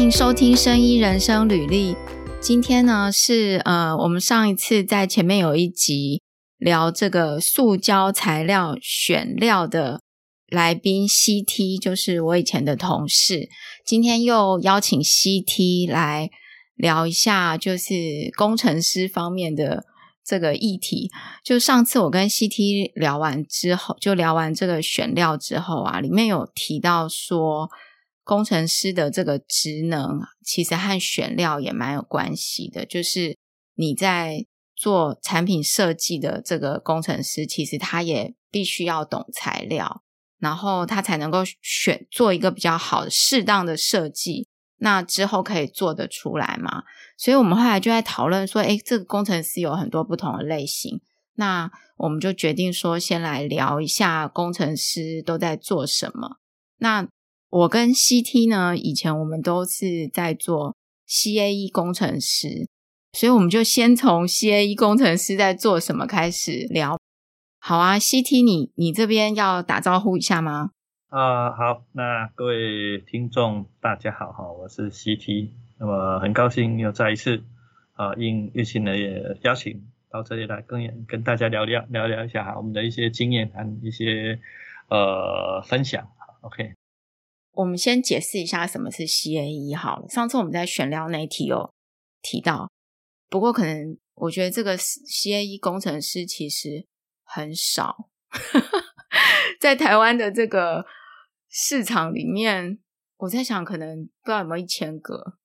迎收听生医人生履历。今天呢是我们上一次在前面有一集聊这个塑胶材料选料的来宾 CT， 就是我以前的同事。今天又邀请 CT 来聊一下就是工程师方面的这个议题。就上次我跟 CT 聊完之后，就聊完这个选料之后啊，里面有提到说工程师的这个职能其实和选料也蛮有关系的，就是你在做产品设计的这个工程师，其实他也必须要懂材料，然后他才能够做一个比较好的适当的设计，那之后可以做得出来嘛。所以我们后来就在讨论说这个工程师有很多不同的类型，那我们就决定说先来聊一下工程师都在做什么。那我跟 CT 呢，以前我们都是在做 CAE 工程师，所以我们就先从 CAE 工程师在做什么开始聊。好啊， CT 你这边要打招呼一下吗？ 好，那各位听众大家好，我是 CT。 那么很高兴又再一次应玉清的邀请到这里来跟大家聊一下我们的一些经验和一些分享。 OK， 我们先解释一下什么是 CAE 好了。上次我们在选料那一题有提到，不过可能我觉得这个 CAE 工程师其实很少在台湾的这个市场里面，我在想可能不知道有没有1000个。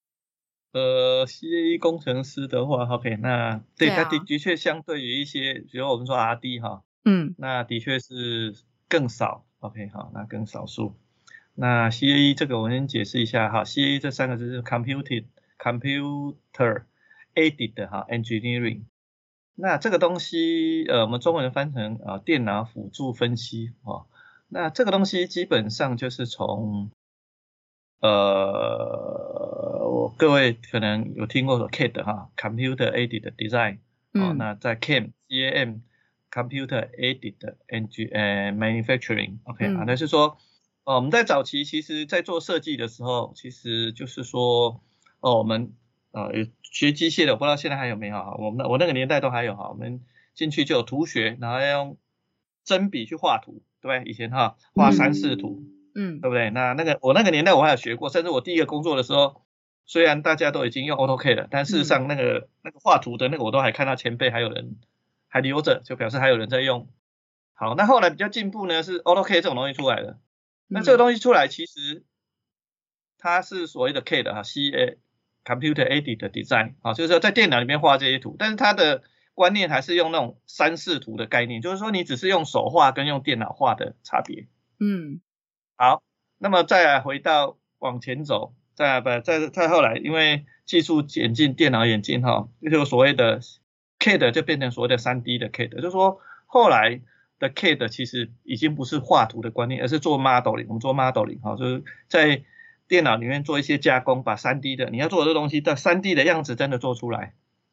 CAE 工程师的话 OK， 那对它的确相对于一些比如我们说 RD 那的确是更少 OK 那更少数。那 CAE 这个我先解释一下CAE 这3个字是 Computer Aided Engineering。 那这个东西我们中文翻成电脑辅助分析那这个东西基本上就是从各位可能有听过CAD Computer Aided Design那在 CAM Computer Aided Manufacturing OK 那是说我们在早期其实在做设计的时候，其实就是说我们学机械的，我不知道现在还有没有我那个年代都还有我们进去就有图学，然后要用针笔去画图，对不对？以前画3-4图对不对？我那个年代我还有学过，甚至我第一个工作的时候，虽然大家都已经用 AutoCAD 了，但事实上那个画图的那个我都还看到前辈还有人还留着，就表示还有人在用。好，那后来比较进步呢，是 AutoCAD 这种东西出来了。那这个东西出来，其实它是所谓的 CAD CA Computer Aided Design 就是说在电脑里面画这些图，但是它的观念还是用那种3-4图的概念，就是说你只是用手画跟用电脑画的差别。好，那么再来回到往前走，再后来，因为技术演进，电脑演进就所谓的 CAD 就变成所谓的 3D 的 CAD， 就是说后来的 CAD 其实已经不是画图的观念，而是做 modeling。 我们做 modeling 就是在电脑里面做一些加工，把 3D 的你要做的这东西的 3D 的样子真的做出来。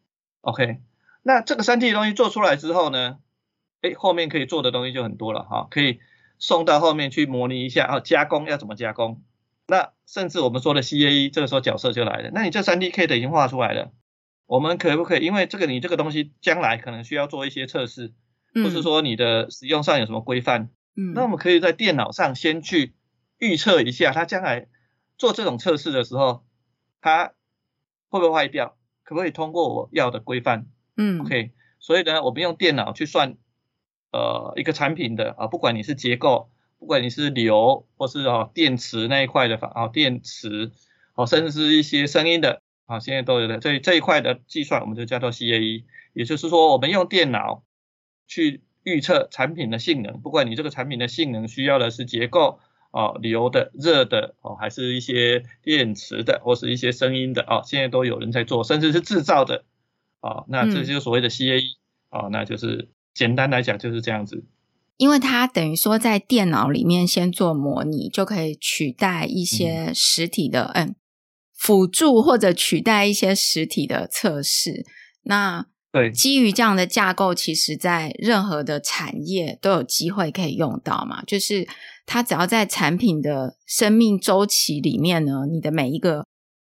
OK， 那这个 3D 的东西做出来之后呢，后面可以做的东西就很多了可以送到后面去模拟一下加工要怎么加工。那甚至我们说的 CAE 这个时候角色就来了，那你这 3D CAD 已经画出来了，我们可不可以因为你这个东西将来可能需要做一些测试，或是说你的使用上有什么规范，那我们可以在电脑上先去预测一下，它将来做这种测试的时候，它会不会坏掉，可不可以通过我要的规范。OK， 所以呢，我们用电脑去算一个产品的不管你是结构，不管你是流或是电池那一块的电池甚至是一些声音的现在都有的这一块的计算，我们就叫做 CAE。 也就是说我们用电脑去预测产品的性能，不管你这个产品的性能需要的是结构流的、热的还是一些电池的，或是一些声音的现在都有人在做，甚至是制造的那这就是所谓的 CAE 那就是简单来讲就是这样子。 因为它等于说在电脑里面先做模拟，就可以取代一些实体的辅助或者取代一些实体的测试。那对，基于这样的架构，其实在任何的产业都有机会可以用到嘛，就是它只要在产品的生命周期里面呢，你的每一个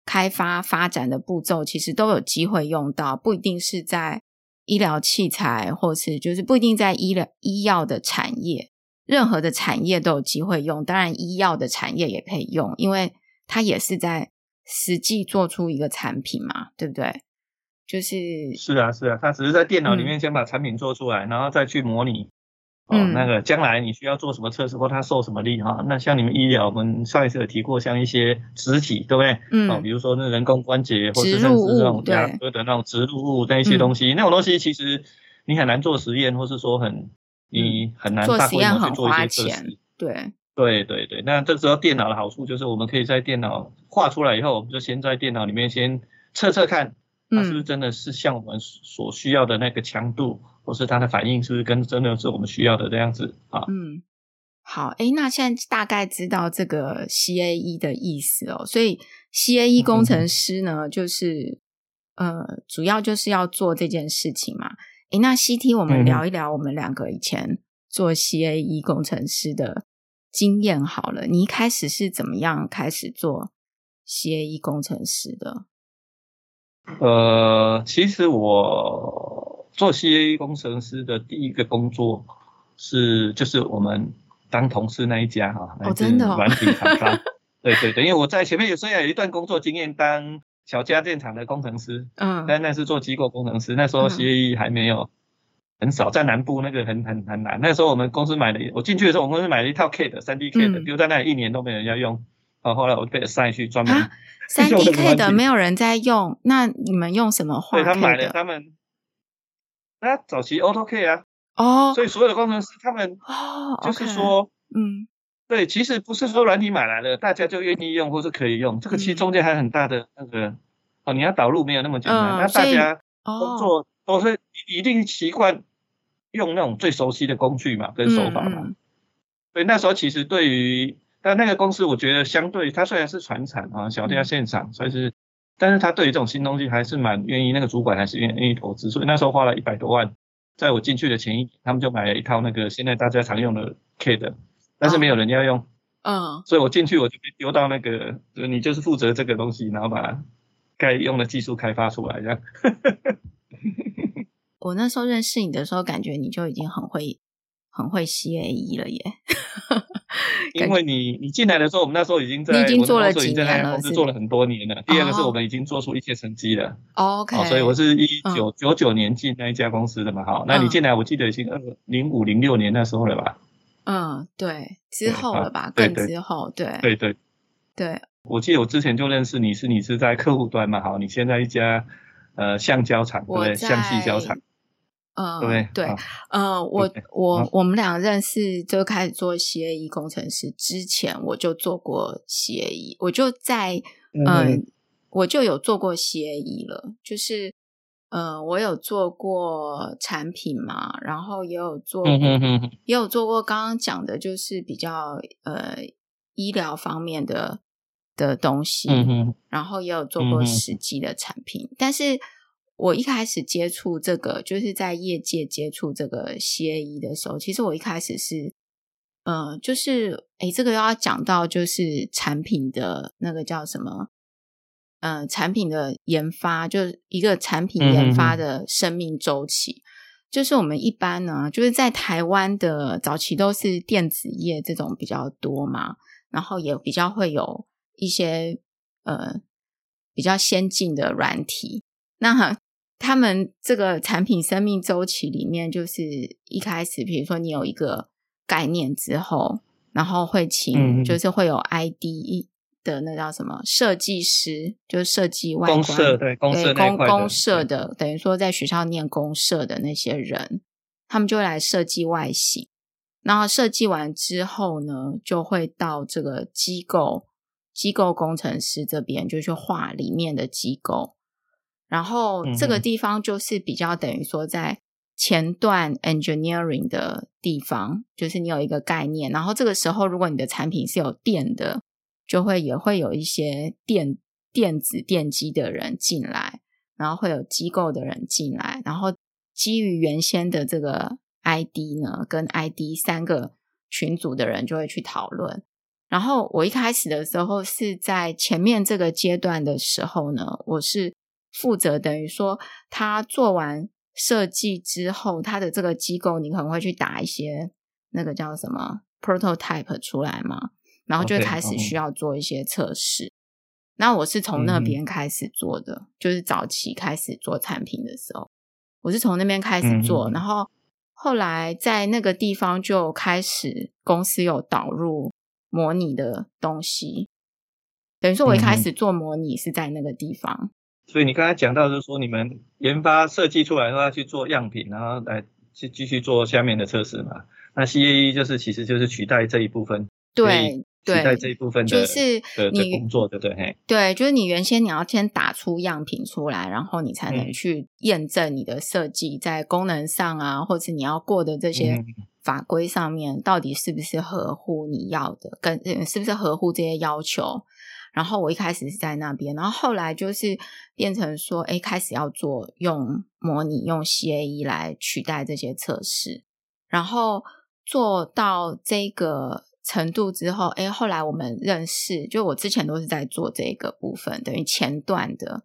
开发发展的步骤其实都有机会用到，不一定是在医疗器材，或是就是不一定在医药的产业，任何的产业都有机会用，当然医药的产业也可以用，因为它也是在实际做出一个产品嘛，对不对？是啊，它只是在电脑里面先把产品做出来，然后再去模拟那个将来你需要做什么测试或它受什么力那像你们医疗，我们上一次有提过，像一些植体，对不对？比如说那人工关节，或是甚至这种牙科的那种植入物那一些东西，那种东西其实你很难做实验，或是说你很难大规模去做一些测试。对，那这时候电脑的好处就是我们可以在电脑画出来以后，我们就先在电脑里面先测看它是不是真的是像我们所需要的那个强度，或是它的反应是不是跟真的是我们需要的这样子好，那现在大概知道这个 CAE 的意思所以 CAE 工程师呢，就是主要就是要做这件事情嘛。那 CT 我们聊一聊我们两个以前做 CAE 工程师的经验好了。你一开始是怎么样开始做 CAE 工程师的？ 其实我做 CAE 工程师的第一个工作就是我们当同事那一家真的软体厂商对，因为我在前面虽然有一段工作经验当小家电厂的工程师但那是做机构工程师，那时候 CAE 还没有很少，在南部那个很难。那时候我们公司我进去的时候，我们公司买了一套 CAD 3D CAD丢在那里1年都没人要用后来我被 assign 去专门 3D CAD 没有人在用，那你们用什么画 CAD？ 对，他们买了那早期 AutoCAD 所以所有的工程师他们就是说对，其实不是说软体买来了大家就愿意用或是可以用，这个其实中间还很大的那个你要导入没有那么简单那大家工作都是一定习惯用那种最熟悉的工具嘛跟手法嘛所以那时候其实对于但那个公司我觉得相对它虽然是传产小家现场但是他对于这种新东西还是蛮愿意，那个主管还是愿意投资，所以那时候花了100多万，在我进去的前一年，他们就买了一套那个现在大家常用的 CAD， 但是没有人要用，所以我进去我就被丢到那个，你就是负责这个东西，然后把该用的技术开发出来这样。 我那时候认识你的时候，感觉你就已经很会 CAE 了耶。 因为你进来的时候，我们那时候已经做了几年了， 公司做了很多年了。第二个是我们已经做出一些成绩了。 OK， 所以我是1999年进那一家公司的嘛。好，那你进来我记得已经2005、06年那时候了吧？ 对，之后了吧？更之后，对。 我记得我之前就认识你是在客户端嘛。好，你现在一家橡胶厂，对不对？橡细胶厂。 对，我们俩认识就开始做 CAE 工程师之前，我就做过 CAE， 我就有做过 CAE 了，就是我有做过产品嘛，然后也有做过刚刚讲的，就是比较医疗方面的东西，然后也有做过实际的产品，但是我一开始接触这个，就是在业界接触这个 CAE 的时候，其实我一开始是就是这个要讲到就是产品的那个叫什么产品的研发，就是一个产品研发的生命周期。就是我们一般呢，就是在台湾的早期都是电子业这种比较多嘛，然后也比较会有一些比较先进的软体，那他们这个产品生命周期里面，就是一开始比如说你有一个概念之后，然后会请就是会有 ID 的那叫什么设计师，就是设计外观公社的，等于说在学校念公社的那些人，他们就会来设计外形，然后设计完之后呢，就会到这个机构工程师这边就去画里面的机构，然后这个地方就是比较等于说在前段 engineering 的地方，就是你有一个概念，然后这个时候如果你的产品是有电的，也会有一些电子电机的人进来，然后会有机构的人进来，然后基于原先的这个 ID 呢跟 ID 3个群组的人就会去讨论， 然后我一开始的时候是在前面这个阶段的时候呢，我是负责等于说他做完设计之后，他的这个机构你可能会去打一些那个叫什么 prototype 出来嘛，然后就开始需要做一些测试。那我是从那边开始做的，就是早期开始做产品的时候，我是从那边开始做，然后后来在那个地方就开始公司有导入模拟的东西，等于说我一开始做模拟是在那个地方。 所以你刚才讲到就是说你们研发设计出来后要去做样品，然后来去继续做下面的测试嘛，那 CAE 其实就是取代这一部分， 对， 取代这一部分的就是的工作，对不对？ 对，就是你原先你要先打出样品出来，然后你才能去验证你的设计在功能上啊，或者你要过的这些法规上面到底是不是合乎你要的，是不是合乎这些要求。然后我一开始是在那边，然后后来就是变成说开始要做用模拟用 CAE 来取代这些测试，然后做到这个程度之后，后来我们认识，就我之前都是在做这个部分，等于前段的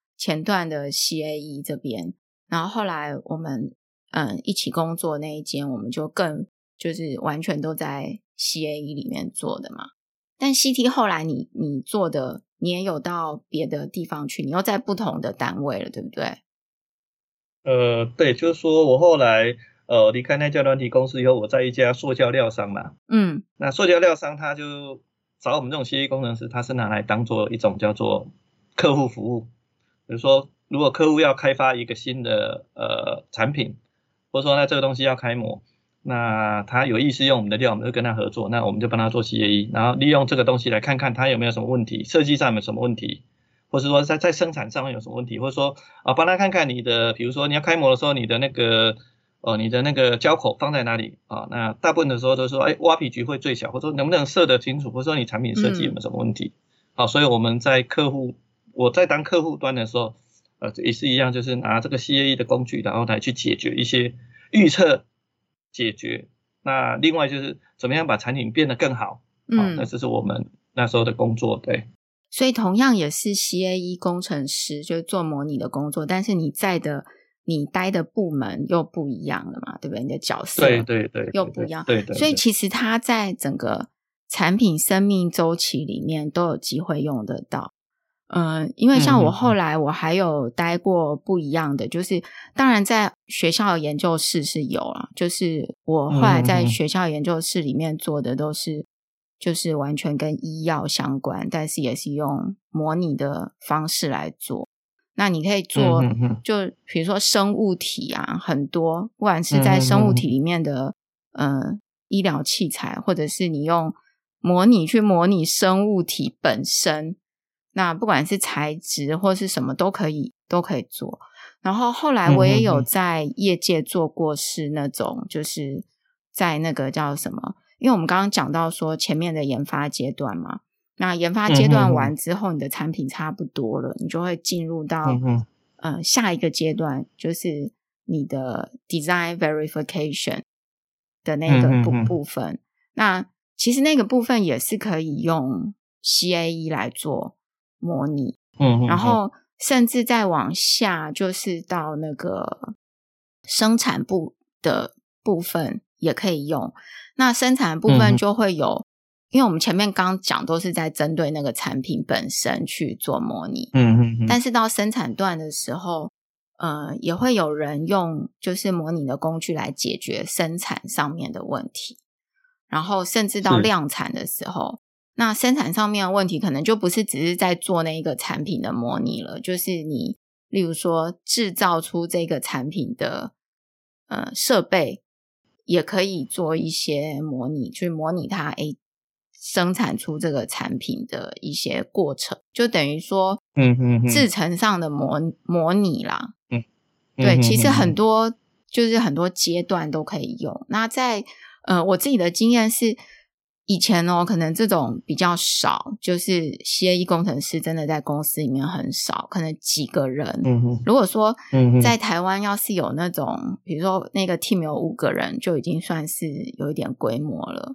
CAE 这边，然后后来我们一起工作那一间，我们就更就是完全都在 CAE 里面做的嘛。但 CT 后来你做的，你也有到别的地方去，你又在不同的单位了，对不对？ 对，就是说我后来离开那家软体公司以后，我在一家塑胶料商嘛，那塑胶料商他就找我们这种 CAE 工程师，他是拿来当做一种叫做客户服务，比如说如果客户要开发一个新的产品，或者说那这个东西要开模，那他有意思用我们的料，我们就跟他合作，那我们就帮他做 CAE， 然后利用这个东西来看看他有没有什么问题，设计上有没有什么问题，或是说在生产上有什么问题，或者说帮他看看你的，比如说你要开模的时候，你的那个胶口放在哪里啊？那大部分的时候都说挖皮局会最小，或者说能不能设得清楚，或者说你产品设计有没有什么问题。好，所以我们我在当客户端的时候也是一样，就是拿这个 CAE 的工具，然后来去解决一些预测解决。那另外就是怎么样把产品变得更好，那这是我们那时候的工作。对， 所以同样也是 CAE 工程师，就是做模拟的工作，但是你待的部门又不一样了嘛，对不对？你的角色对又不一样， 对， 所以其实它在整个产品生命周期里面都有机会用得到。因为像我后来我还有待过不一样的，就是当然在学校研究室是有啦，就是我后来在学校研究室里面做的都是就是完全跟医药相关，但是也是用模拟的方式来做。那你可以做就比如说生物体啊，很多不管是在生物体里面的医疗器材，或者是你用模拟去模拟生物体本身，那不管是材质或是什么都可以做。然后后来我也有在业界做过是那种就是在那个叫什么，因为我们刚刚讲到说前面的研发阶段嘛，那研发阶段完之后你的产品差不多了，你就会进入到下一个阶段，就是你的 design verification 的那个部分。那其实那个部分也是可以用 CAE 来做模拟，然后甚至再往下就是到那个生产部的部分也可以用。那生产部分就会有因为我们前面刚讲都是在针对那个产品本身去做模拟，但是到生产段的时候也会有人用就是模拟的工具来解决生产上面的问题，然后甚至到量产的时候，那生产上面的问题可能就不是只是在做那个产品的模拟了，就是你例如说制造出这个产品的设备也可以做一些模拟，去模拟它生产出这个产品的一些过程，就等于说制程上的模拟啦。对，其实很多就是很多阶段都可以用。那在我自己的经验是以前可能这种比较少，就是 CAE 工程师真的在公司里面很少，可能几个人。如果说在台湾要是有那种比如说那个 team 有5个人就已经算是有一点规模了。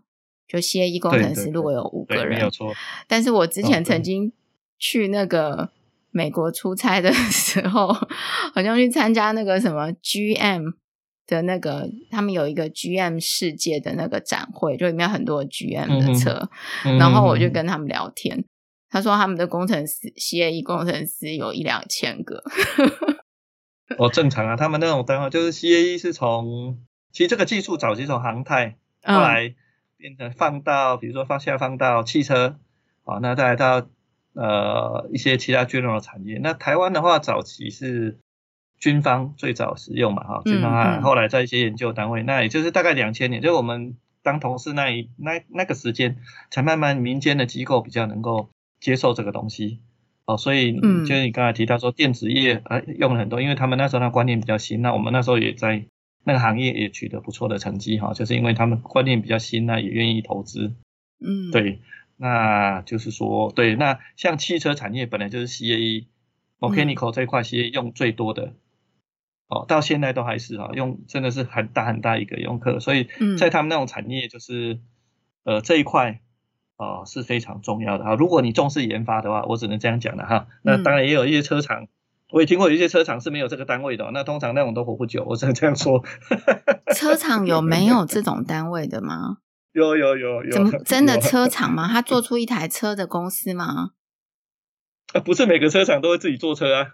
就 CAE 工程师如果有5个人， 没有错。 但是我之前曾经去那个美国出差的时候，好像去参加那个什么 GM 的那个，他们有一个 GM 世界的那个展会，就里面很多 GM 的车，然后我就跟他们聊天，他说他们的工程师 CAE 工程师有1-2千个。 正常啊，他们那种单位就是 CAE 是从，其实这个技术早期从航太，后来变成放到比如说放到汽车，那再来到一些其他general产业。那台湾的话早期是军方最早使用嘛，军方后来在一些研究单位，那也就是大概2000年，就是我们当同事那个时间，才慢慢民间的机构比较能够接受这个东西。所以就是你刚才提到说电子业用了很多，因为他们那时候的观念比较新，那我们那时候也在那个行业也取得不错的成绩，就是因为他们观念比较新，那也愿意投资。对，那就是说，对，那像汽车产业本来就是 CAE mechanical 这一块 CAE 用最多的，到现在都还是用，真的是很大很大一个用客，所以在他们那种产业就是这一块是非常重要的。如果你重视研发的话，我只能这样讲了哈。那当然也有一些车厂，我也听过有一些车厂是没有这个单位的，那通常那种都活不久，我只能这样说。 车厂有没有这种单位的吗？ 有。 怎么真的车厂吗？他做出一台车的公司吗？ 不是每个车厂都会自己做车啊。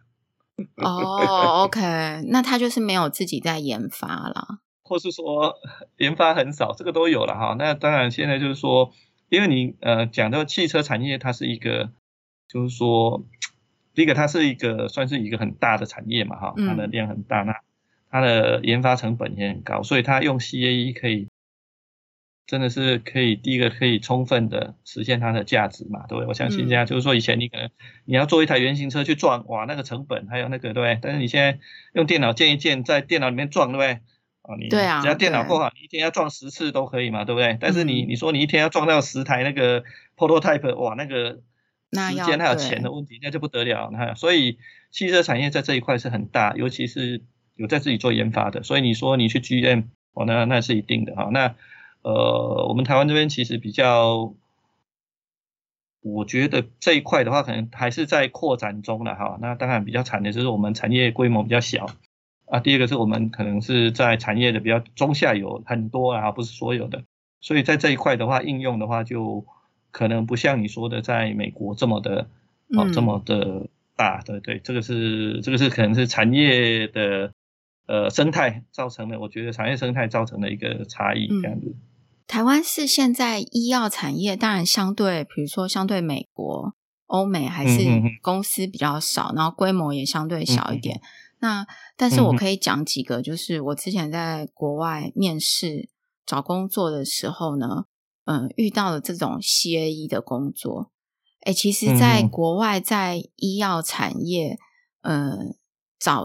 OK， 那他就是没有自己在研发啦， 或是说研发很少，这个都有了哈。那当然现在就是说，因为你讲到汽车产业，它是一个，就是说，第一个它是一个算是一个很大的产业嘛哈，它的量很大，那它的研发成本也很高，所以它用 CAE 可以。真的是可以，第一个可以充分的实现它的价值嘛，对不对？我相信这样，就是说以前你可能你要做一台原型车去撞，哇，那个成本还有那个，对不对？但是你现在用电脑建一建，在电脑里面撞，对不对？你只要电脑够好，你一天要撞10次都可以嘛，对不对？但是你说你一天要撞到10台那个 prototype， 哇，那个时间还有钱的问题，那就不得了。所以汽车产业在这一块是很大，尤其是有在自己做研发的。所以你说你去 GM， 那是一定的哈。那我们台湾这边其实比较，我觉得这一块的话，可能还是在扩展中了哈。那当然比较惨的就是我们产业规模比较小第二个是我们可能是在产业的比较中下游很多不是所有的，所以在这一块的话，应用的话就可能不像你说的在美国这么的这么的大，对，这个是可能是产业的生态造成的，我觉得产业生态造成的一个差异这样子。 台湾是现在医药产业当然相对比如说相对美国欧美还是公司比较少，然后规模也相对小一点，那但是我可以讲几个，就是我之前在国外面试找工作的时候呢遇到了这种 CAE 的工作。其实在国外在医药产业找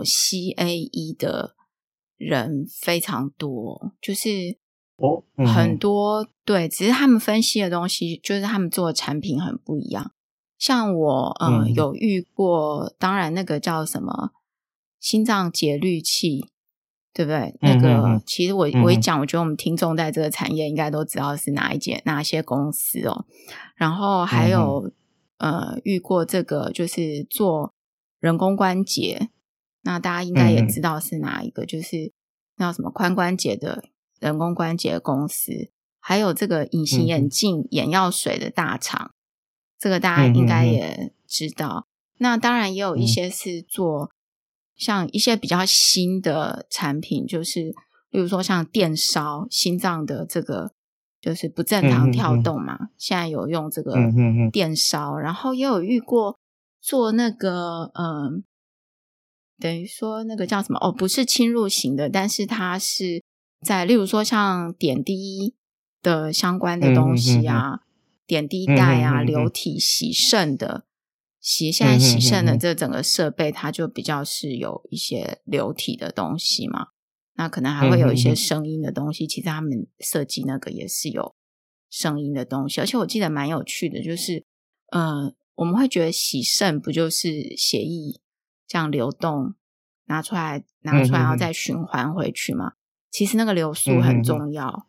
CAE 的人非常多，就是很多对，只是他们分析的东西就是他们做的产品很不一样。像我有遇过，当然那个叫什么心脏节律器，对不对？那个其实我一讲，我觉得我们听众在这个产业应该都知道是哪些公司哦。然后还有遇过这个就是做人工关节，那大家应该也知道是哪一个，就是那什么髋关节的人工关节公司，还有这个隐形眼镜眼药水的大厂，这个大家应该也知道。那当然也有一些是做像一些比较新的产品，就是例如说像电烧心脏的这个就是不正常跳动嘛，现在有用这个电烧，然后也有遇过做那个等于说那个叫什么不是侵入型的，但是它是在例如说像点滴的相关的东西点滴袋流体洗肾的现在洗肾的这整个设备它就比较是有一些流体的东西嘛，那可能还会有一些声音的东西，其实他们设计那个也是有声音的东西。而且我记得蛮有趣的，就是我们会觉得洗肾不就是血液这样流动拿出来然后再循环回去嘛，其实那个流速很重要，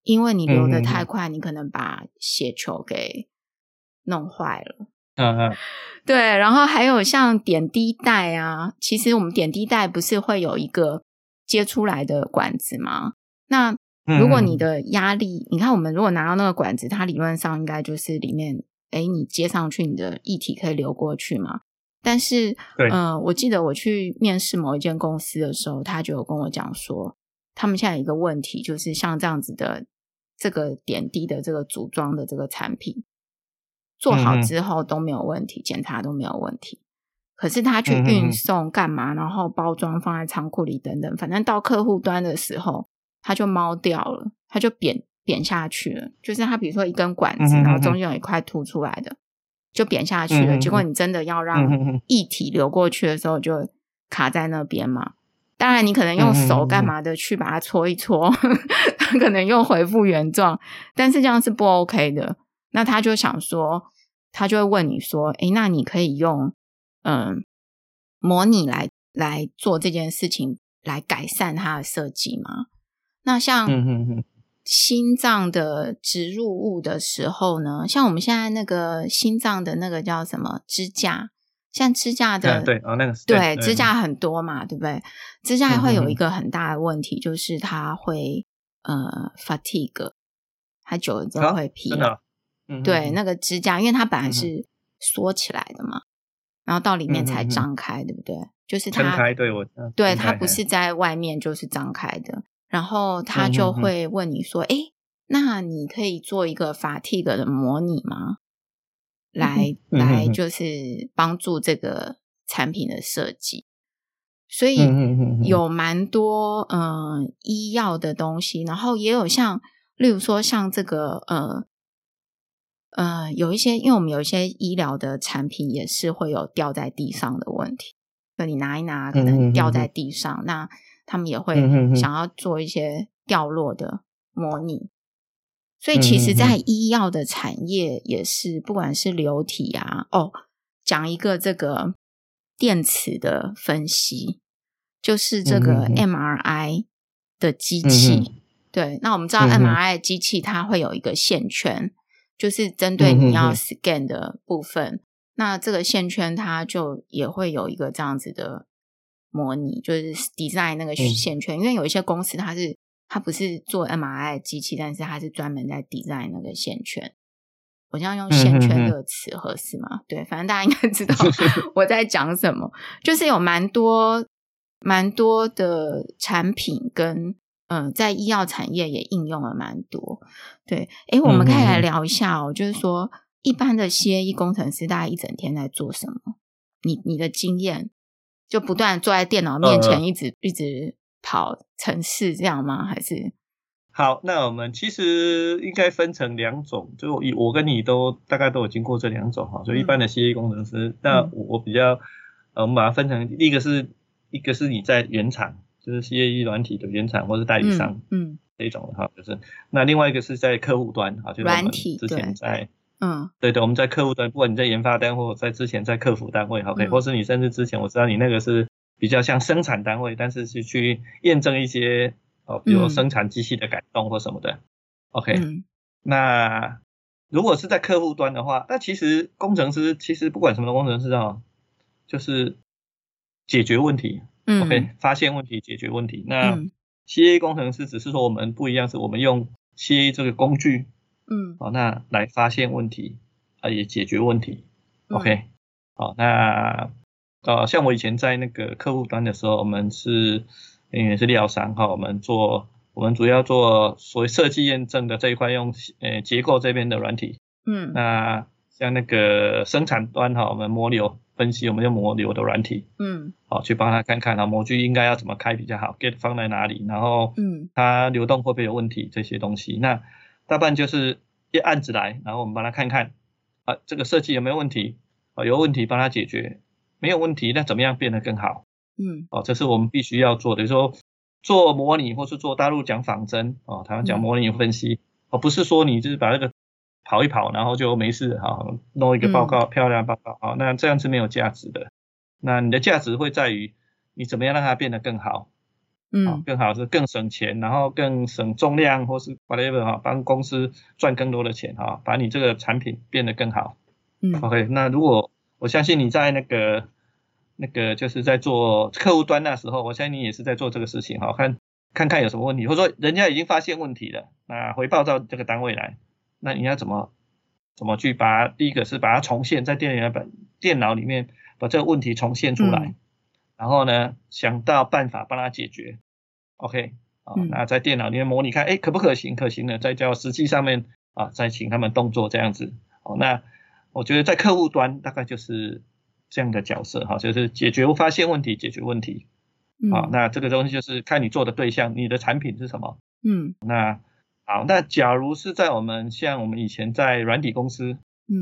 因为你流得太快，你可能把血球给弄坏了。对，然后还有像点滴带啊，其实我们点滴带不是会有一个接出来的管子吗？那如果你的压力，你看我们如果拿到那个管子，它理论上应该就是里面你接上去，你的液体可以流过去嘛。但是我记得我去面试某一间公司的时候，他就有跟我讲说，他们现在有一个问题，就是像这样子的这个点滴的这个组装的这个产品做好之后都没有问题，检查都没有问题，可是他去运送干嘛，然后包装放在仓库里等等，反正到客户端的时候他就猫掉了，他就扁下去了，就是他比如说一根管子，然后中间有一块凸出来的就扁下去了，结果你真的要让液体流过去的时候就卡在那边嘛。当然你可能用手干嘛的去把它搓一搓它可能又恢复原状，但是这样是不 OK 的。那他就想说，他就会问你说那你可以用模拟来做这件事情，来改善它的设计吗？那像心脏的植入物的时候呢，像我们现在那个心脏的那个叫什么支架，像支架的对那个对支架很多嘛，对不对？支架会有一个很大的问题，就是它会fatigue， 它久了之后会疲劳。对，那个支架因为它本来是缩起来的嘛，然后到里面才张开，对不对？就是它撑开， 对，它不是在外面就是张开的。然后他就会问你说那你可以做一个 fatigue 的模拟吗？来就是帮助这个产品的设计。所以有蛮多医药的东西，然后也有像例如说像这个有一些，因为我们有一些医疗的产品也是会有掉在地上的问题，就你拿一拿可能掉在地上，那他们也会想要做一些掉落的模拟。所以其实在医药的产业也是，不管是流体啊讲一个这个电磁的分析，就是这个 MRI 的机器对，那我们知道 MRI 机器它会有一个线圈，就是针对你要 scan 的部分那这个线圈它就也会有一个这样子的模拟，就是 design 那个线圈因为有一些公司它不是做 MRI 机器，但是它是专门在 design 那个线圈。我这样用线圈这个词合适吗？对，反正大家应该知道我在讲什么就是有蛮多的产品跟在医药产业也应用了蛮多。对，我们可以来聊一下就是说一般的 CAE 工程师大概一整天在做什么？你的经验就不断坐在电脑面前一直跑程式这样吗？还是？ 好，那我们其实应该分成两种，就我跟你都大概都有经过这两种所以一般的 CAE 工程师那我比较我们把它分成一个是你在原厂，就是 CAE 软体的原厂或是代理商这种的就是那另外一个是在客户端就是我们之前在对，我们在客户端，不管你在研发单位或在之前在客服单位或是你甚至之前我知道你那个是比较像生产单位，但是是去验证一些比如生产机器的改动或什么的OK 那如果是在客户端的话，那其实工程师其实不管什么的工程师就是解决问题OK 发现问题解决问题那CAE 工程师只是说我们不一样，是我们用 CAE 这个工具那来发现问题也解决问题OK 好那像我以前在那个客户端的时候，我们是因为是料商我们主要做所谓设计验证的这一块，用结构这边的软体那像那个生产端我们模流分析，我们用模流的软体去帮他看看模具应该要怎么开比较好 ，gate 放在哪里，然后它流动会不会有问题这些东西。那大半就是一案子来，然后我们帮他看看这个设计有没有问题有问题帮他解决，没有问题那怎么样变得更好这是我们必须要做的，就是说做模拟或是做大陆讲仿真台湾讲模拟分析不是说你就是把那个跑一跑然后就没事弄一个报告漂亮报告那这样是没有价值的。那你的价值会在于你怎么样让它变得更好更好是更省钱，然后更省重量，或是 whatever 帮公司赚更多的钱把你这个产品变得更好。OK， 那如果我相信你在那个就是在做客户端那时候，我相信你也是在做这个事情看看有什么问题，或者说人家已经发现问题了，那回报到这个单位来，那你要怎么去第一个是把它重现在电脑里面把这个问题重现出来，然后呢想到办法帮他解决。OK， 那在电脑里面模拟看，可不可行？可行了，再叫实际上面再请他们动作这样子。那我觉得在客户端大概就是这样的角色就是发现问题，解决问题。那这个东西就是看你做的对象，你的产品是什么。那好，那假如是在像我们以前在软体公司，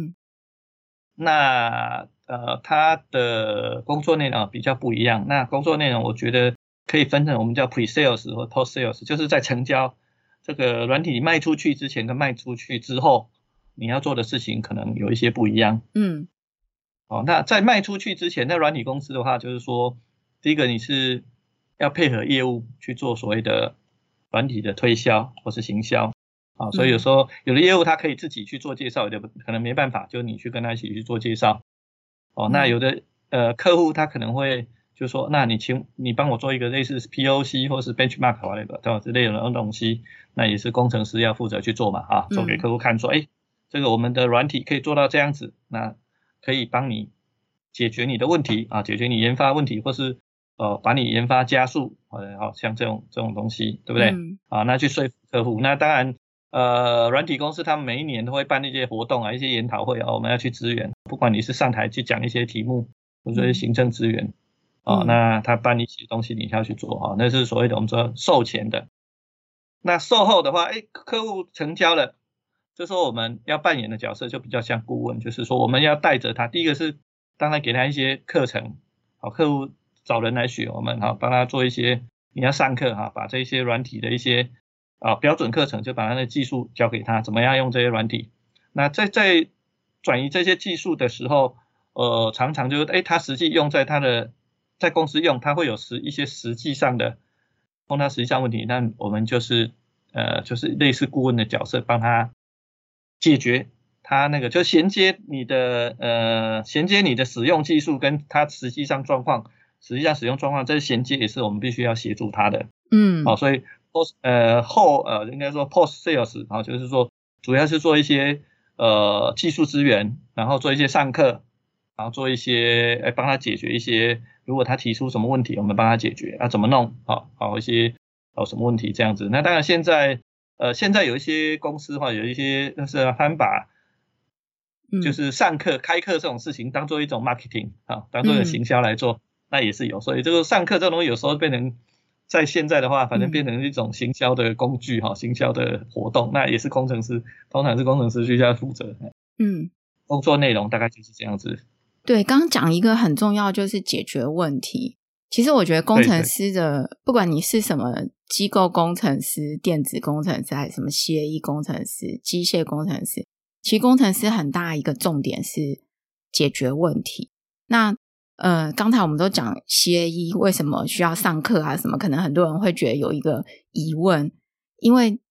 那他的工作内容比较不一样。那工作内容我觉得可以分成我们叫 pre-sales 或 post-sales， 就是在成交这个软体卖出去之前跟卖出去之后，你要做的事情可能有一些不一样。那在卖出去之前，在软体公司的话，就是说第一个你是要配合业务去做所谓的软体的推销或是行销。所以有时候有的业务他可以自己去做介绍，有的可能没办法，就你去跟他一起去做介绍。那有的客户他可能会就说，那你帮我做一个类似 POC 或是 benchmark whatever 之类的东西，那也是工程师要负责去做嘛做给客户看说，这个我们的软体可以做到这样子，那可以帮你解决你的问题解决你研发问题，或是把你研发加速像这种东西，对不对？那去说服客户。那当然软体公司他们每一年都会办一些活动一些研讨会我们要去支援，不管你是上台去讲一些题目，或者是行政资源那他办一些东西你要去做那是所谓的我们说售前的。那售后的话客户成交了，这时候我们要扮演的角色就比较像顾问，就是说我们要带着他，第一个是当然给他一些课程客户找人来学，我们帮他做一些你要上课把这些软体的一些标准课程，就把他的技术教给他，怎么样用这些软体。那在转移这些技术的时候常常就是他实际用在公司用，他会有一些实际上的碰到实际上问题，那我们就是类似顾问的角色，帮他解决他那个就衔接你的使用技术跟他实际上使用状况，这些衔接也是我们必须要协助他的。所以应该说 post sales 就是说主要是做一些技术资源，然后做一些上课，然后做一些帮他解决一些，如果他提出什么问题，我们帮他解决怎么弄一些什么问题这样子。那当然现在有一些公司有一些就是他们把就是上课开课这种事情当做一种 marketing 当做一种行销来做，那也是有。所以这个上课这种东西有时候变成在现在的话反正变成一种行销的工具行销的活动，那也是通常是工程师需要负责。工作内容大概就是这样子。 对，刚刚讲一个很重要就是解决问题。其实我觉得工程师的不管你是什么机构工程师、电子工程师还是什么 CAE 工程师、机械工程师，其实工程师很大一个重点是解决问题。那刚才我们都讲 CAE 为什么需要上课什么，可能很多人会觉得有一个疑问，因为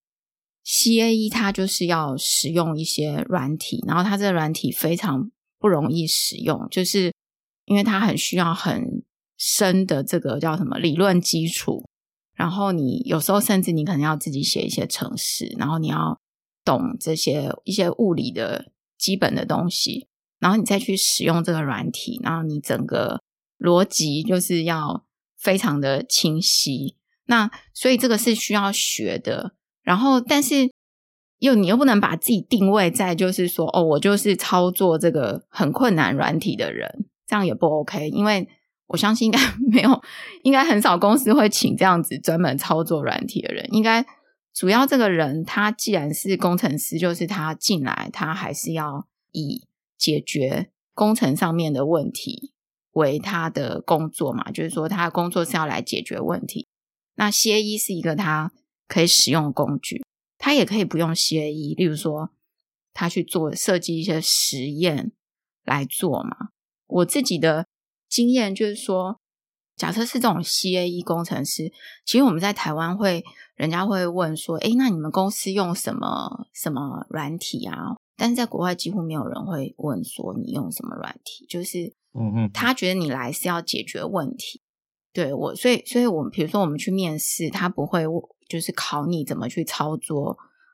CAE 它就是要使用一些软体，然后它这个软体非常不容易使用，就是因为它很需要很深的这个叫什么理论基础，然后你有时候甚至你可能要自己写一些程式，然后你要懂这些一些物理的基本的东西，然后你再去使用这个软体，然后你整个逻辑就是要非常的清晰。那所以这个是需要学的，然后但是你又不能把自己定位在就是说我就是操作这个很困难软体的人，这样也不 OK， 因为我相信应该很少公司会请这样子专门操作软体的人。应该主要这个人他既然是工程师，就是他进来他还是要以解决工程上面的问题为他的工作嘛，就是说他的工作是要来解决问题。那 CAE 是一个他可以使用的工具，他也可以不用 CAE， 例如说他去设计一些实验来做嘛。我自己的经验就是说， 假设是这种 CAE 工程师，其实我们在台湾人家会问说，那你们公司用什么软体啊？但是在国外几乎没有人会问说你用什么软体，就是他觉得你来是要解决问题。对，所以我们比如说我们去面试，他不会就是考你怎么去操作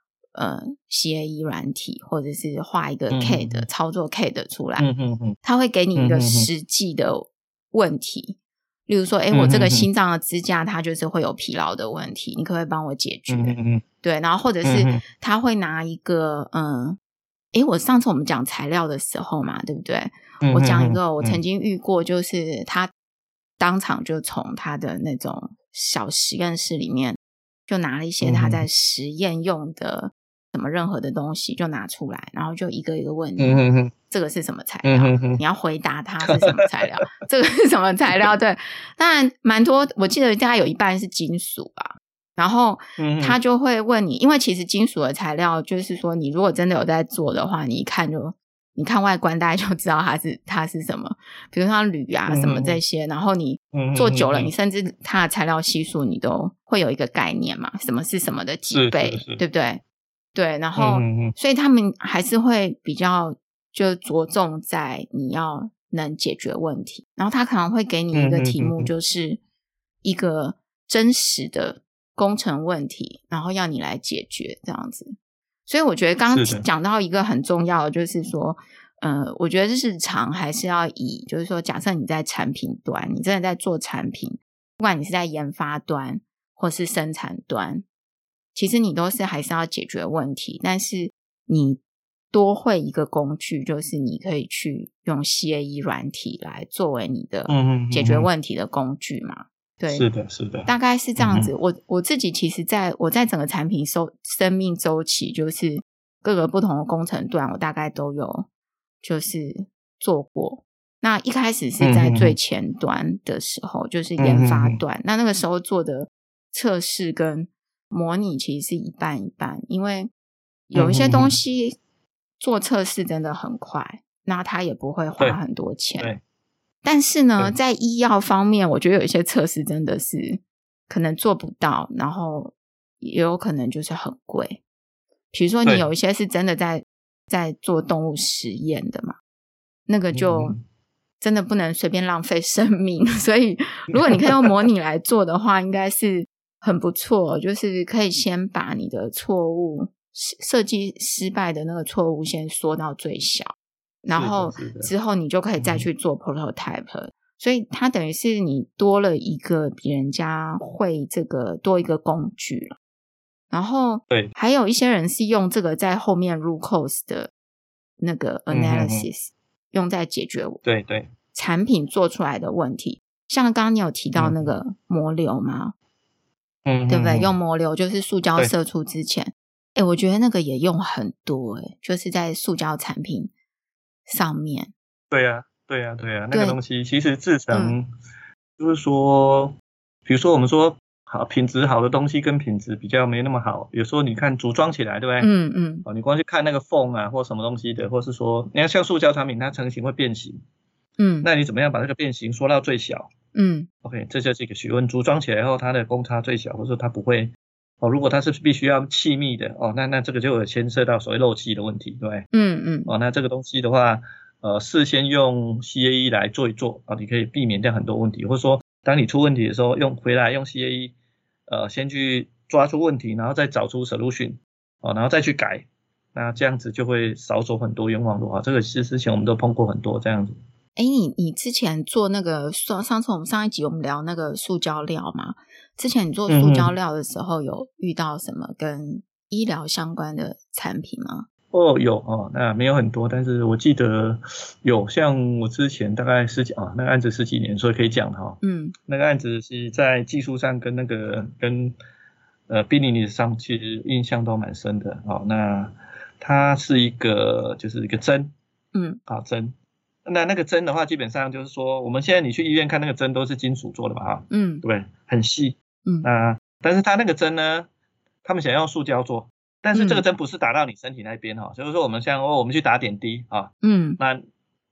CAE 软体，或者是画一个 CAD 操作 CAD 出来，他会给你一个实际的问题，例如说我这个心脏的支架它就是会有疲劳的问题，你可不可以帮我解决？对，然后或者是他会拿一个我上次我们讲材料的时候嘛，对不对？我讲一个我曾经遇过，就是他当场就从他的那种小实验室里面就拿了一些他在实验用的什么任何的东西就拿出来，然后就一个一个问你这个是什么材料，你要回答他是什么材料这个是什么材料。对，当然蛮多，我记得大概有一半是金属吧，然后他就会问你，因为其实金属的材料就是说你如果真的有在做的话，你看外观大概就知道它是什么，比如说铝啊什么这些，然后你做久了你甚至它的材料系数你都会有一个概念嘛，什么是什么的几倍，对不对？对，然后所以他们还是会比较就着重在你要能解决问题，然后他可能会给你一个题目，就是一个真实的工程问题，然后要你来解决这样子。所以我觉得刚刚讲到一个很重要的，就是说我觉得日常还是要就是说假设你在产品端，你真的在做产品，不管你是在研发端或是生产端，其实你都是还是要解决问题，但是你多会一个工具，就是你可以去用 CAE 软体来作为你的解决问题的工具嘛。对， 是的是的， 大概是这样子。我自己其实我在整个产品生命周期，就是各个不同的工程段我大概都有就是做过。那一开始是在最前端的时候，就是研发端，那个时候做的测试跟模拟其实是一半一半，因为有一些东西做测试真的很快，那它也不会花很多钱。对，但是呢在医药方面我觉得有一些测试真的是可能做不到，然后也有可能就是很贵。比如说你有一些是真的在做动物实验的嘛，那个就真的不能随便浪费生命，所以如果你可以用模拟来做的话应该是很不错，就是可以先把你的错误设计失败的那个错误先缩到最小，然后之后你就可以再去做 prototype，所以它等于是你多了一个比人家会这个多一个工具了。然后还有一些人是用这个在后面 root cause 的那个 analysis，用在解决产品做出来的问题。像刚刚你有提到那个膜流吗？对不对？用膜流就是塑胶射出之前，我觉得那个也用很多就是在塑胶产品上面。 对啊那个东西其实制成就是说比如说我们说好品质好的东西跟品质比较没那么好，有时候你看组装起来对不对？你光去看那个缝啊或什么东西的，或是说你看像塑胶产品它成型会变形，那你怎么样把这个变形缩到最小？OK， 这就是一个学问。组装起来后它的公差最小，或者说它不会如果它是必须要气密的那这个就有牵涉到所谓漏气的问题，对不对？那这个东西的话事先用 CAE 来做一做你可以避免掉很多问题，或者说当你出问题的时候回来用 CAE 先去抓出问题，然后再找出 solution 然后再去改，那这样子就会少走很多冤枉路这个是之前我们都碰过很多这样子。 你之前做那个上次我们上一集我们聊那个塑胶料嘛，之前你做塑胶料的时候有遇到什么跟医疗相关的产品吗？ 有那没有很多，但是我记得有，像我之前大概那个案子10几年，所以可以讲那个案子是在技术上跟病理上其实印象都蛮深的那它是就是一个针针，那个针的话基本上就是说我们现在你去医院看那个针都是金属做的嘛对不对？很细但是它那个针呢他们想要用塑胶做，但是这个针不是打到你身体那边就是说我们我们去打点滴那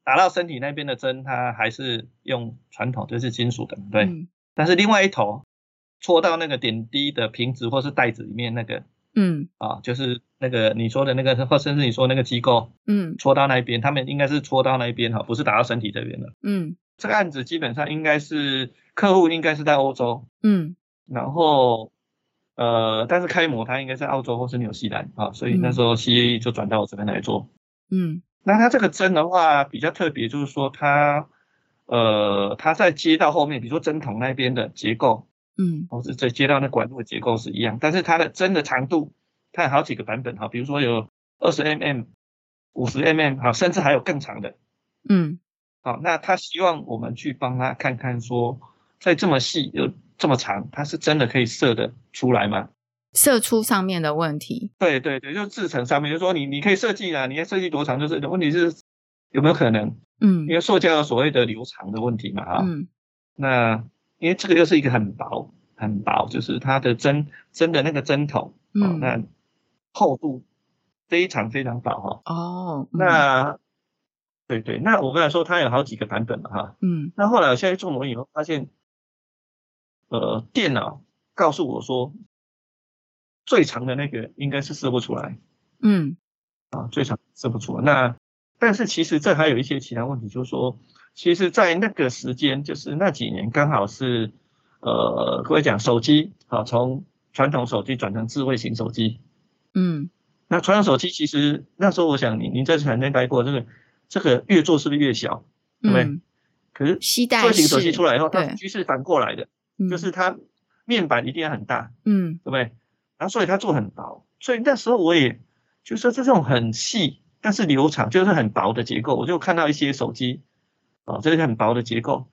打到身体那边的针，它还是用传统，就是金属的，对。但是另外一头戳到那个点滴的瓶子或是袋子里面那个，就是那个你说的那个，或甚至你说那个机构，戳到那边，他们应该是戳到那边不是打到身体这边的。这个案子基本上应该是客户应该是在欧洲，然后但是开模它应该在澳洲或是纽西兰所以那时候 CAE 就转到我这边来做。那它这个针的话比较特别，就是说它在接到后面，比如说针筒那边的结构，或是在接到那管路的结构是一样，但是它的针的长度，它有好几个版本比如说有20mm、50mm甚至还有更长的。那他希望我们去帮他看看说，在这么细又这么长，它是真的可以射得出来吗？ 射出上面的问题。对， 就制程上面，就是说你可以设计你要设计多长，就是问题是有没有可能？因为塑胶有所谓的流长的问题嘛那因为这个又是一个很薄，就是它的针的那个针筒那厚度非常非常薄那对，那我刚才说它有好几个版本嘛那后来我现在做模拟以后发现，电脑告诉我说，最长的那个应该是射不出来。最长射不出来。那但是其实这还有一些其他问题，就是说，其实在那个时间，就是那几年刚好是各位讲手机从传统手机转成智慧型手机。那传统手机其实那时候我想您在产业待过，这个越做是不是越小，对不对？可是智慧型手机出来以后，它趋势反过来的，就是它面板一定要很大，对不对？然后所以它做很薄，所以那时候我也就是说这种很细但是流畅，就是很薄的结构，我就看到一些手机这是很薄的结构，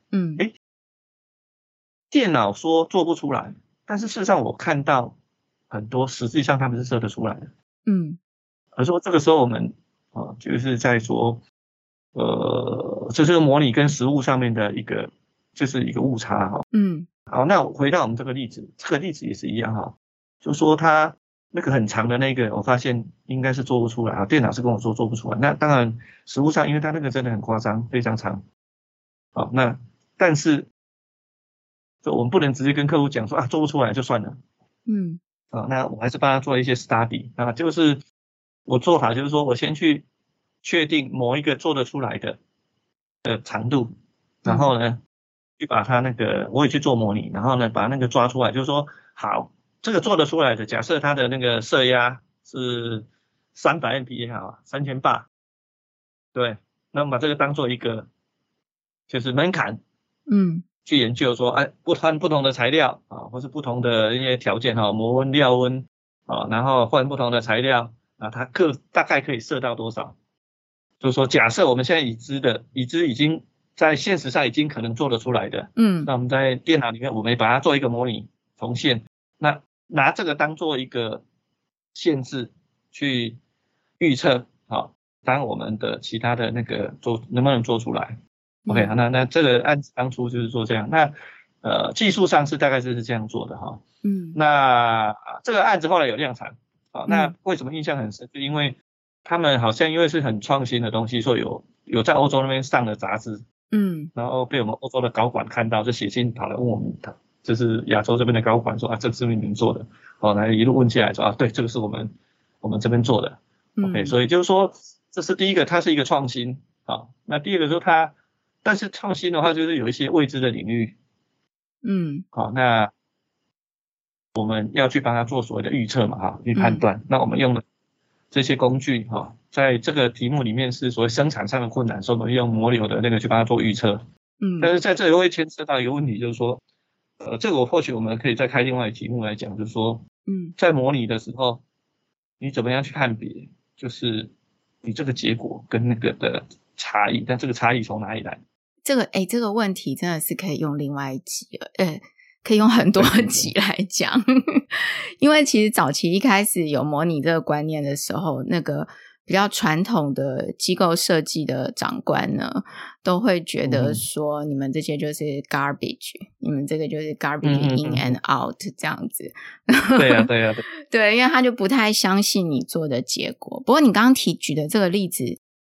电脑说做不出来，但是事实上我看到很多实际上他们是射得出来的。而说这个时候我们就是在说这是模拟跟实物上面的一个就是一个误差好，那回到我们这个例子也是一样就说它那个很长的那个，我发现应该是做不出来电脑是跟我说做不出来。那当然实物上因为它那个真的很夸张，非常长那但是就我们不能直接跟客户讲说做不出来就算了。那我还是帮他做一些 study 就是我做法就是说我先去确定某一个做得出来的长度，然后呢去把它那个我也去做模拟，然后呢把那个抓出来，就是说好这个做得出来的，假设它的那个射压是300 MPa 3800，对，那我们把这个当做一个就是门槛去研究说不同的材料或是不同的一些条件磨温料温然后换不同的材料它大概可以射到多少。就是说假设我们现在已知已经在现实上已经可能做得出来的那我们在电脑里面我们把它做一个模拟重现，那拿这个当做一个限制去预测当我们的其他的那个能不能做出来。OK 那这个案子当初就是做这样，那技术上是大概是这样做的那这个案子后来有量产那为什么印象很深，就因为他们好像因为是很创新的东西，所以有在欧洲那边上了杂志然后被我们欧洲的高管看到，就写信跑来问我们，就是亚洲这边的高管说这个是你们做的来一路问下来说对，这个是我们这边做的OK 所以就是说这是第一个，它是一个创新那第二个说但是创新的话就是有一些未知的领域那我们要去帮他做所谓的预测嘛去判断那我们用的这些工具在这个题目里面是所谓生产上的困难，所以我们用模流的那个去帮他做预测但是在这里会牵涉到一个问题，就是说这个或许我们可以再开另外一个题目来讲，就是说在模拟的时候你怎么样去判别就是你这个结果跟那个的差异，但这个差异从哪里来？ 这个问题真的是可以用另外一集可以用很多集来讲因为其实早期一开始有模拟这个观念的时候，那个比较传统的机构设计的长官呢都会觉得说你们这些就是 garbage 你们这个就是 garbage in and out 这样子对啊对，因为他就不太相信你做的结果。不过你刚刚举的这个例子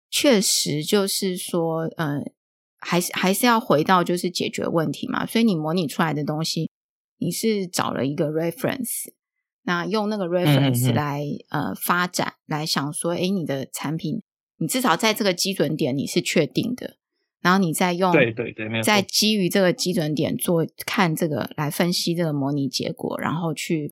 确实就是说还是要回到就是解决问题嘛，所以你模拟出来的东西你是找了一个 reference， 那用那个 reference 来发展，来想说诶你的产品你至少在这个基准点你是确定的，然后你再用对，没有错， 再基于这个基准点看这个来分析这个模拟结果，然后去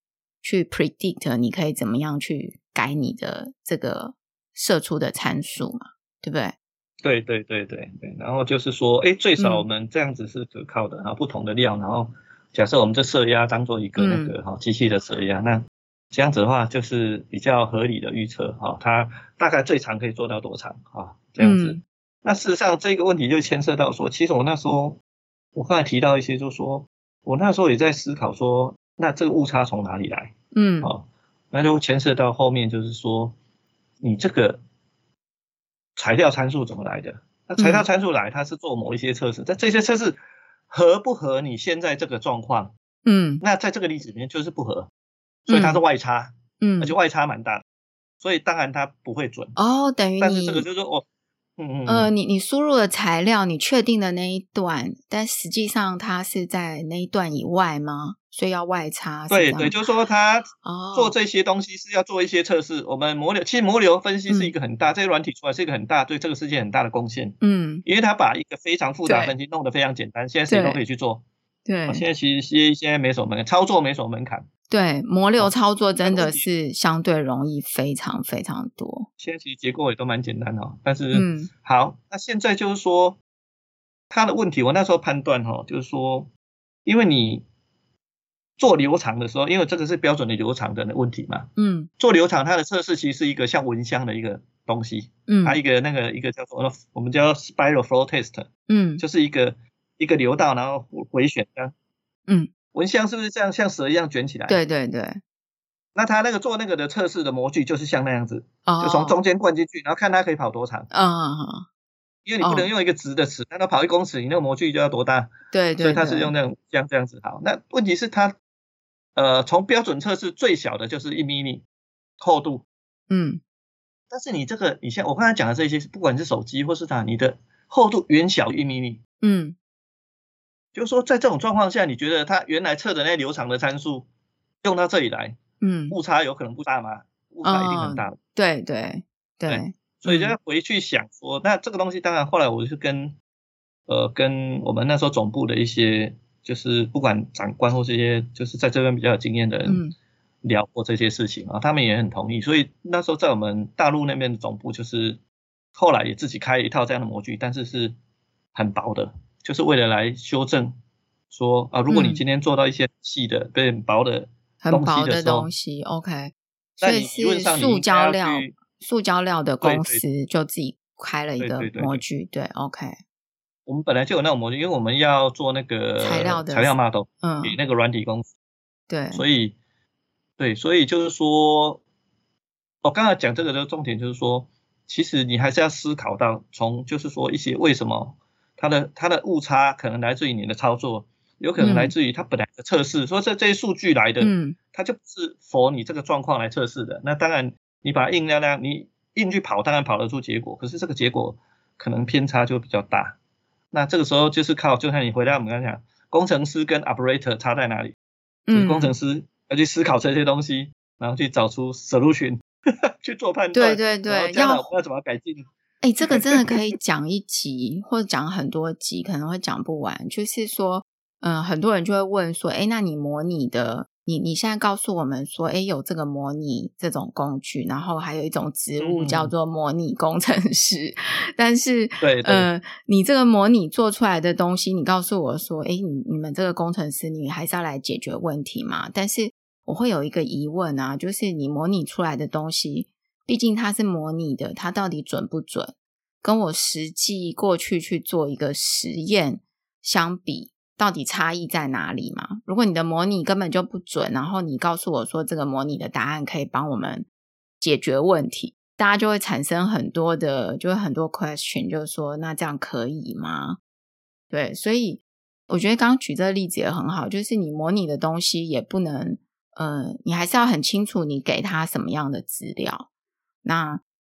predict 你可以怎么样去改你的这个射出的参数嘛，对不对？ 对，然后就是说最少我们这样子是可靠的，然后不同的量，然后假设我们这射压当做一个那个机器的射压，那这样子的话就是比较合理的预测它大概最长可以做到多长这样子。那事实上这个问题就牵涉到说，其实我那时候我刚才提到一些，就是说我那时候也在思考说，那这个误差从哪里来？那就牵涉到后面就是说，你这个材料参数怎么来的？那材料参数来，它是做某一些测试，但这些测试合不合你现在这个状况？那在这个例子里面就是不合，所以它是外差，而且外差蛮大的，所以当然它不会准。 等于但是这个就是说你输入的材料你确定的那一段，但实际上它是在那一段以外吗？所以要外差。 对，就是说它做这些东西是要做一些测试。我们其实模流分析是一个很大，这个软体出来是一个很大，对这个世界很大的贡献。因为它把一个非常复杂的分析弄得非常简单，现在谁都可以去做。 对， 现在其实现在没什么门槛，操作没什么门槛。 对，模流操作真的是相对容易非常非常多。 现在其实结构也都蛮简单但是好，那现在就是说它的问题，我那时候判断就是说，因为你做流场的时候，因为这个是标准的流场的问题嘛，做流场它的测试其实是一个像蚊香的一个东西，它一个叫做我们叫 spiral flow test，就是一个流道然后回旋这样，蚊香是不是这样像蛇一样卷起来？ 对， 那他做那个的测试的模具就是像那样子，就从中间灌进去，然后看它可以跑多长。因为你不能用一个直的尺，那它跑1公尺，你那个模具就要多大？ 对， 所以它是用那种这样子。好，那问题是它从标准测试最小的就是1 mm 厚度，但是你像我刚才讲的这些，不管是手机或是你的厚度远小于1 mm，就是说在这种状况下，你觉得它原来测的那流场的参数用到这里来，误差有可能不大吗？误差一定很大的。 对， 所以就要回去想说，那这个东西当然后来我是跟我们那时候总部的一些就是不管长官或这些就是在这边比较有经验的人聊过这些事情他们也很同意，所以那时候在我们大陆那边的总部就是后来也自己开一套这样的模具，但是是很薄的，就是为了来修正说如果你今天做到一些细的很薄的东西 OK， 所以是塑胶料的公司就自己开了一个模具，对 OK。 我们本来就有那种模具，因为我们要做那个材料 model 给那个软体公司， 对， 所以就是说，我刚才讲这个的重点就是说，其实你还是要思考到就是说一些为什么它的误差可能来自于你的操作，有可能来自于它本来的测试，说这些数据来的，它就不是 for 你这个状况来测试的。那当然你把它你硬去跑，当然跑得出结果，可是这个结果可能偏差就比较大。那这个时候就是就像你回到我们刚才讲，工程师跟 operator 差在哪里？就是工程师要去思考这些东西，然后去找出 solution 去做判断， 对， 要怎么改进。 这个真的可以讲一集或者讲很多集，可能会讲不完。就是说很多人就会问说那你模拟的你现在告诉我们说有这个模拟这种工具，然后还有一种职务叫做模拟工程师，但是对你这个模拟做出来的东西，你告诉我说你们这个工程师你还是要来解决问题嘛？但是我会有一个疑问就是你模拟出来的东西，毕竟它是模拟的，它到底准不准，跟我实际过去去做一个实验相比，到底差异在哪里嘛？如果你的模拟根本就不准，然后你告诉我说这个模拟的答案可以帮我们解决问题，大家就会产生很多 question， 就是说那这样可以吗？对，所以我觉得刚刚举这个例子也很好，就是你模拟的东西也不能你还是要很清楚你给他什么样的资料。那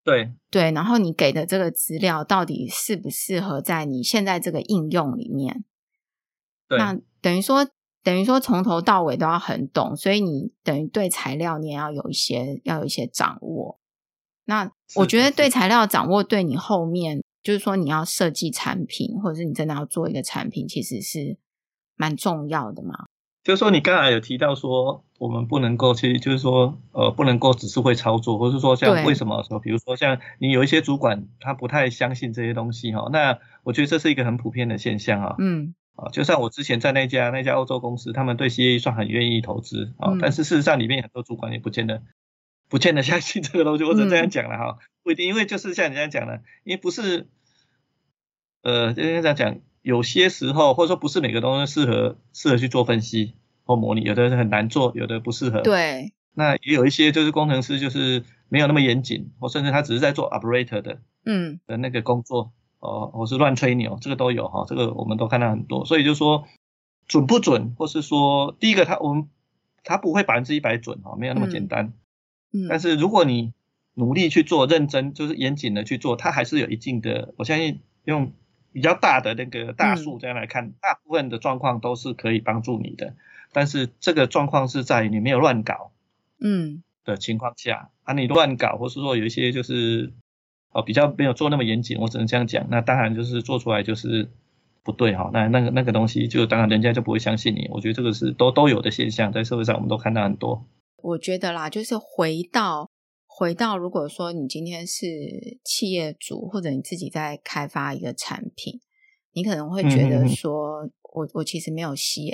对，然后你给的这个资料到底适不适合在你现在这个应用里面。 对， 那等于说从头到尾都要很懂，所以你等于对材料你也要有一些掌握。那我觉得对材料掌握对你后面就是说你要设计产品，或者是你真的要做一个产品，其实是蛮重要的嘛。 就是说你刚才有提到说我们不能够去就是说不能够只是会操作，或是说像为什么说比如说像你有一些主管他不太相信这些东西那我觉得这是一个很普遍的现象就像我之前在那家欧洲公司，他们对 CAE 算很愿意投资但是事实上里面很多主管也不见得相信这个东西，我只这样讲了不一定，因为就是像你这样讲的，因为不是就这样讲，有些时候或者说不是每个东西适合去做分析或模拟，有的很难做，有的不适合。 对， 那也有一些就是工程师就是没有那么严谨，或甚至他只是在做 operator 的那个工作或是乱吹牛，这个都有这个我们都看到很多。所以就说准不准，或是说第一个他不会100%准没有那么简单。但是如果你努力去做，认真就是严谨的去做，它还是有一定的，我相信用比较大的那个大数这样来看，大部分的状况都是可以帮助你的。但是这个状况是在你没有乱搞的情况下你乱搞，或是说有一些就是比较没有做那么严谨，我只能这样讲，那当然就是做出来就是不对那个东西就当然人家就不会相信你。我觉得这个是都有的现象，在社会上我们都看到很多。 我觉得啦，就是回到如果说你今天是企业主，或者你自己在开发一个产品，你可能会觉得说我其实没有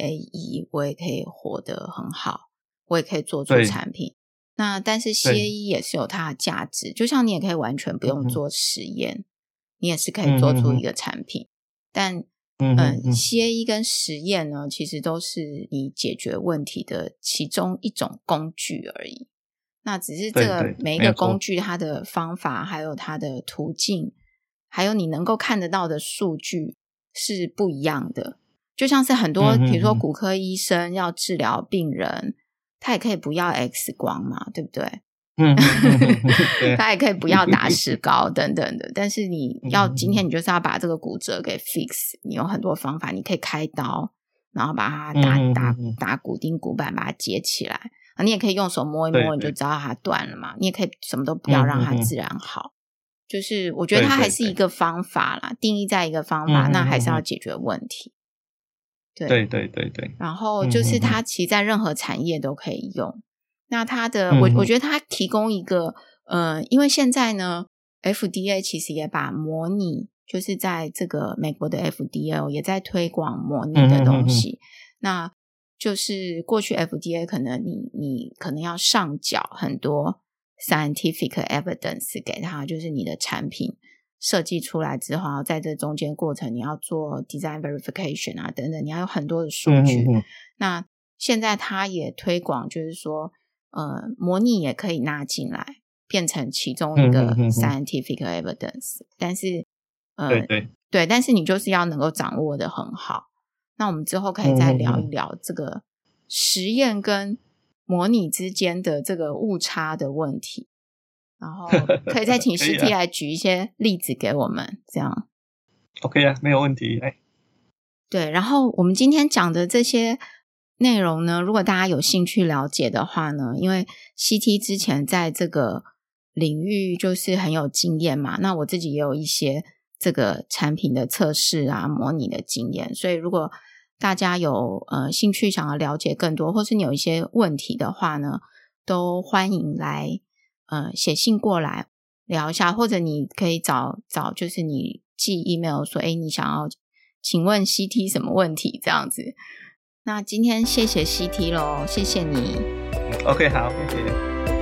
CAE 我也可以活得很好，我也可以做出产品。那但是 CAE 也是有它的价值，就像你也可以完全不用做实验你也是可以做出一个产品。但CAE 跟实验呢，其实都是你解决问题的其中一种工具而已。那只是这个每一个工具它的方法，还有它的途径，还有你能够看得到的数据是不一样的。就像是很多比如说骨科医生要治疗病人，他也可以不要 X 光嘛，对不对？他也可以不要打石膏等等的，但是你要今天你就是要把这个骨折给 fix， 你有很多方法，你可以开刀，然后把它打骨钉骨板把它接起来你也可以用手摸一摸，你就知道它断了嘛。你也可以什么都不要，让它自然好。就是我觉得它还是一个方法啦，定义在一个方法，那还是要解决问题。对。然后就是它其实在任何产业都可以用。那它的我觉得它提供一个因为现在呢 FDA 其实也把模拟，就是在这个美国的 FDA 也在推广模拟的东西。那就是过去 FDA 可能你可能要上缴很多 scientific evidence 给他，就是你的产品设计出来之后，在这中间过程你要做 design verification 等等，你要有很多的数据。那现在他也推广，就是说模拟也可以纳进来，变成其中一个 scientific evidence。但是对，但是你就是要能够掌握的很好。那我们之后可以再聊一聊这个实验跟模拟之间的这个误差的问题，然后可以再请CT来举一些例子给我们，这样 OK 没有问题。 对，然后我们今天讲的这些内容呢，如果大家有兴趣了解的话呢，因为 CT 之前在这个领域就是很有经验嘛，那我自己也有一些这个产品的测试模拟的经验，所以如果大家有兴趣想要了解更多，或是你有一些问题的话呢，都欢迎来写信过来聊一下，或者你可以找就是你寄 email 说你想要请问 CT 什么问题这样子。那今天谢谢 CT 咯，谢谢你。 OK 好，谢谢。